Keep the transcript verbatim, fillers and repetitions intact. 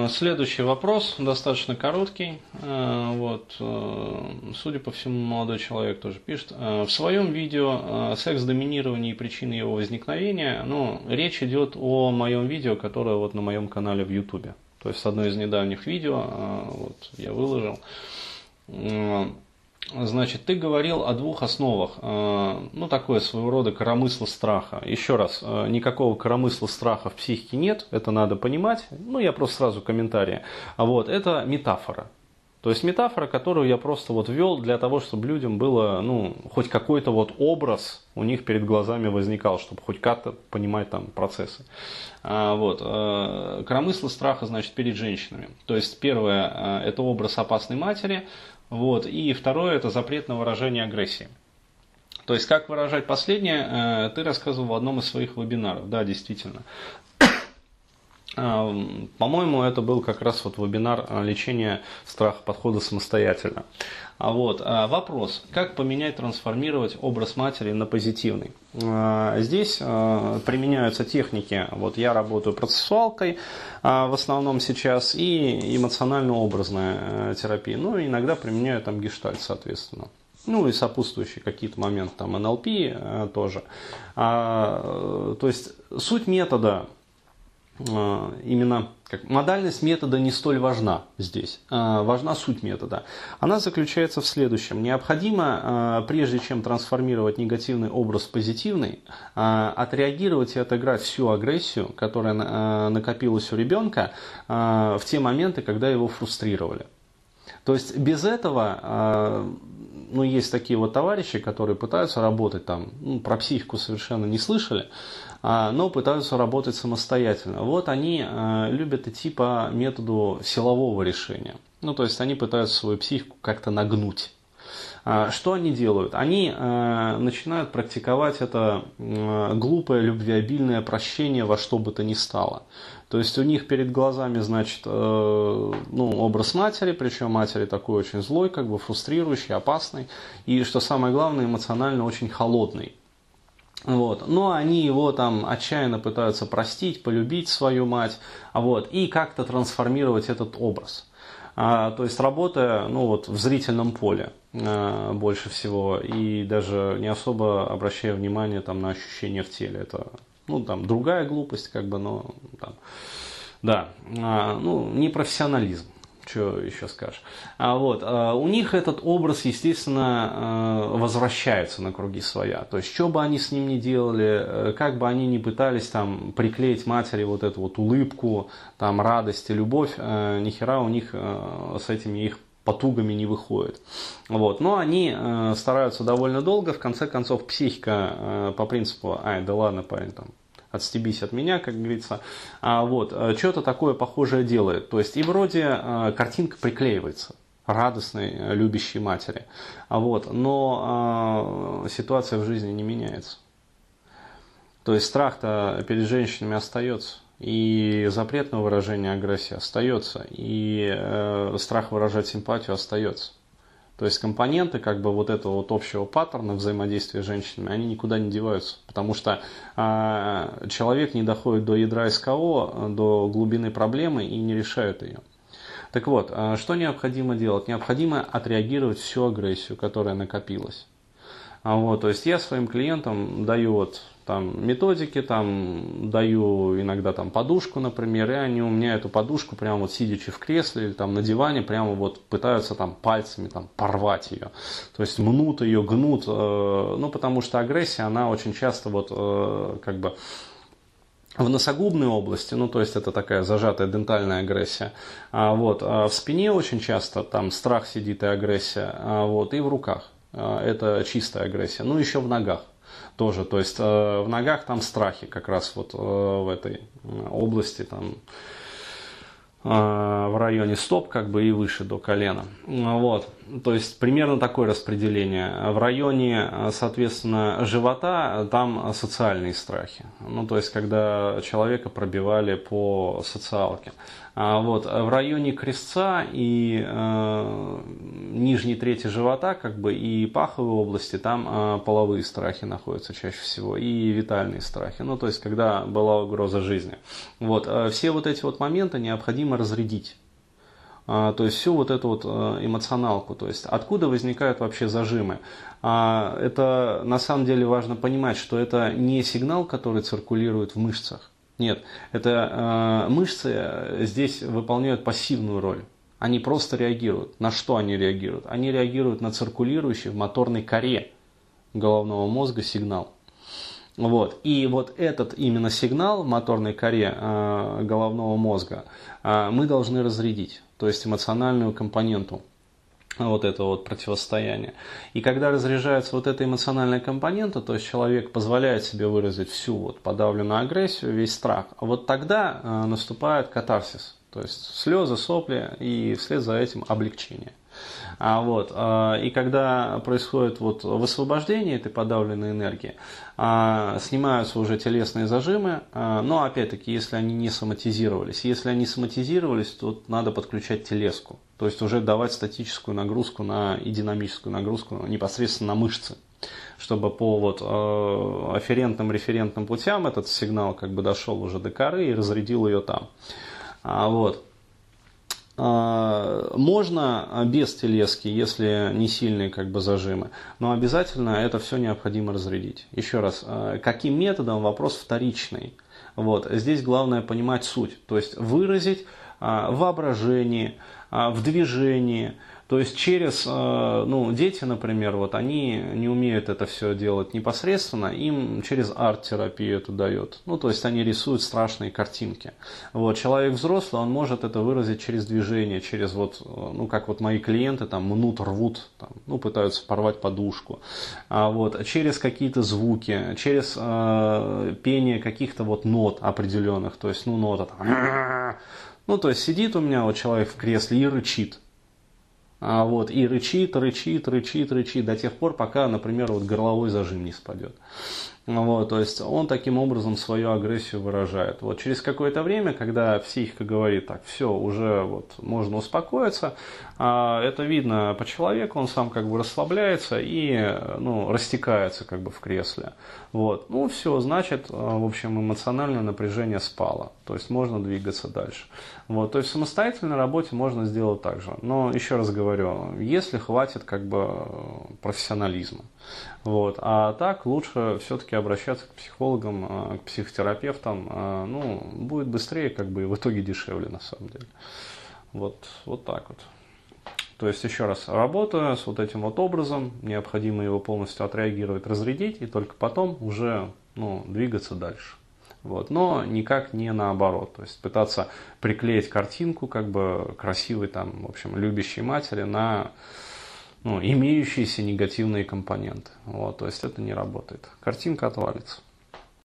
Следующий вопрос, достаточно короткий. Вот. Судя по всему, молодой человек тоже пишет. В своем видео «Секс-доминирование и причины его возникновения», ну, речь идет о моем видео, которое вот на моем канале в Ютубе. То есть одно из недавних видео вот, я выложил. Значит, ты говорил о двух основах, ну, такое своего рода коромысло страха. Еще раз, никакого коромысла страха в психике нет, это надо понимать. Ну, я просто сразу комментарии. Вот, это метафора. То есть метафора, которую я просто вот ввел для того, чтобы людям было, ну, хоть какой-то вот образ у них перед глазами возникал, чтобы хоть как-то понимать там процессы. Вот. Коромысло страха, значит, перед женщинами. То есть первое, это образ опасной матери. Вот. И второе, это запрет на выражение агрессии. То есть, как выражать последнее, ты рассказывал в одном из своих вебинаров. Да, действительно. По-моему, это был как раз вот вебинар лечения страха подхода самостоятельно. Вот. Вопрос, как поменять, трансформировать образ матери на позитивный? Здесь применяются техники, вот я работаю процессуалкой в основном сейчас, и эмоционально-образная терапия. Ну, иногда применяю там гештальт, соответственно. Ну и сопутствующие какие-то моменты, там эн эл пи тоже. То есть суть метода, именно как модальность метода не столь важна здесь, важна суть метода. Она заключается в следующем. Необходимо, прежде чем трансформировать негативный образ в позитивный, отреагировать и отыграть всю агрессию, которая накопилась у ребенка в те моменты, когда его фрустрировали. То есть без этого, ну, есть такие вот товарищи, которые пытаются работать там, ну, про психику совершенно не слышали, но пытаются работать самостоятельно. Вот они любят идти по методу силового решения. Ну, то есть они пытаются свою психику как-то нагнуть. Что они делают? Они начинают практиковать это глупое, любвеобильное прощение во что бы то ни стало. То есть у них перед глазами, значит, ну, образ матери, причем матери такой очень злой, как бы фрустрирующий, опасный, и, что самое главное, эмоционально очень холодный. Вот. Но они его там отчаянно пытаются простить, полюбить свою мать, вот, и как-то трансформировать этот образ. А, то есть работая, ну, вот, в зрительном поле а, больше всего, и даже не особо обращая внимание там, на ощущения в теле. Это, ну, там, другая глупость, как бы, но там, да, а, ну, непрофессионализм. Что еще скажешь? А вот, а у них этот образ, естественно, возвращается на круги своя. То есть, что бы они с ним ни делали, как бы они ни пытались там приклеить матери вот эту вот улыбку, там, радость и любовь, ни хера у них с этими их потугами не выходит. Вот. Но они стараются довольно долго. В конце концов, психика по принципу, ай, да ладно, парень, там, отстебись от меня, как говорится, а вот, что-то такое похожее делает. То есть и вроде картинка приклеивается радостной, любящей матери, а вот, но а, ситуация в жизни не меняется. То есть страх-то перед женщинами остается, и запрет на выражение агрессии остается, и э, страх выражать симпатию остается. То есть компоненты как бы вот этого вот общего паттерна взаимодействия с женщинами, они никуда не деваются, потому что э, человек не доходит до ядра СКО, до глубины проблемы и не решает ее. Так вот, э, что необходимо делать? Необходимо отреагировать всю агрессию, которая накопилась. А вот, то есть я своим клиентам даю вот там методики, там даю иногда там подушку, например, и они у меня эту подушку прямо вот сидячи в кресле или там на диване прямо вот пытаются там пальцами там порвать ее. То есть мнут ее, гнут, э, ну потому что агрессия, она очень часто вот э, как бы в носогубной области, ну то есть это такая зажатая дентальная агрессия, а вот а в спине очень часто там страх сидит и агрессия, а вот и в руках. Это чистая агрессия. Ну, еще в ногах тоже. То есть э, в ногах там страхи как раз вот э, в этой области, там, э, в районе стоп как бы и выше до колена. Вот. То есть примерно такое распределение. В районе, соответственно, живота там социальные страхи. Ну, то есть когда человека пробивали по социалке. А вот в районе крестца и э, нижней трети живота, как бы, и паховой области, там э, половые страхи находятся чаще всего, и витальные страхи, ну, то есть, когда была угроза жизни. Вот, э, все вот эти вот моменты необходимо необходимо разрядить. То есть всю вот эту вот эмоционалку. То есть откуда возникают вообще зажимы. Это на самом деле важно понимать, что это не сигнал, который циркулирует в мышцах. Нет, это мышцы здесь выполняют пассивную роль. Они просто реагируют. На что они реагируют? Они реагируют на циркулирующий в моторной коре головного мозга сигнал. Вот. И вот этот именно сигнал в моторной коре э, головного мозга э, мы должны разрядить, то есть эмоциональную компоненту вот этого вот противостояния. И когда разряжается вот эта эмоциональная компонента, то есть человек позволяет себе выразить всю вот подавленную агрессию, весь страх, вот тогда э, наступает катарсис, то есть слезы, сопли и вслед за этим облегчение. А вот, и когда происходит вот высвобождение этой подавленной энергии, снимаются уже телесные зажимы, но опять-таки, если они не соматизировались. Если они соматизировались, то надо подключать телеску, то есть уже давать статическую нагрузку на, и динамическую нагрузку непосредственно на мышцы, чтобы по вот, афферентным референтным путям этот сигнал как бы дошел уже до коры и разрядил ее там. А вот. Можно без телески, если не сильные как бы зажимы, но обязательно это все необходимо разрядить. Еще раз, каким методом, вопрос вторичный. Вот. Здесь главное понимать суть, то есть выразить в воображении, в движении. То есть через, ну, дети, например, вот они не умеют это все делать непосредственно, им через арт-терапию это дает. Ну, то есть они рисуют страшные картинки. Вот, человек взрослый, он может это выразить через движение, через вот, ну, как вот мои клиенты там мнут, рвут, там, ну, пытаются порвать подушку. А вот, через какие-то звуки, через э, пение каких-то вот нот определенных, то есть, ну, нота там, ну, то есть сидит у меня вот человек в кресле и рычит. А вот, и рычит, рычит, рычит, рычит до тех пор, пока, например, вот горловой зажим не спадет. Вот, то есть он таким образом свою агрессию выражает. Вот, через какое-то время, когда психика говорит, так, все, уже вот, можно успокоиться, а это видно по человеку, он сам как бы расслабляется и, ну, растекается как бы в кресле. Вот, ну все, значит, в общем, эмоциональное напряжение спало, то есть можно двигаться дальше. Вот, то есть в самостоятельной работе можно сделать так же. Но еще раз говорю, если хватит как бы профессионализма. Вот. А так лучше все-таки обращаться к психологам, к психотерапевтам. Ну, будет быстрее, как бы, и в итоге дешевле на самом деле. Вот, вот так вот. То есть, еще раз, работая с вот этим вот образом, необходимо его полностью отреагировать, разрядить, и только потом уже, ну, двигаться дальше. Вот. Но никак не наоборот. То есть пытаться приклеить картинку как бы красивой, там, в общем, любящей матери на, ну, имеющиеся негативные компоненты. Вот. То есть это не работает. Картинка отвалится.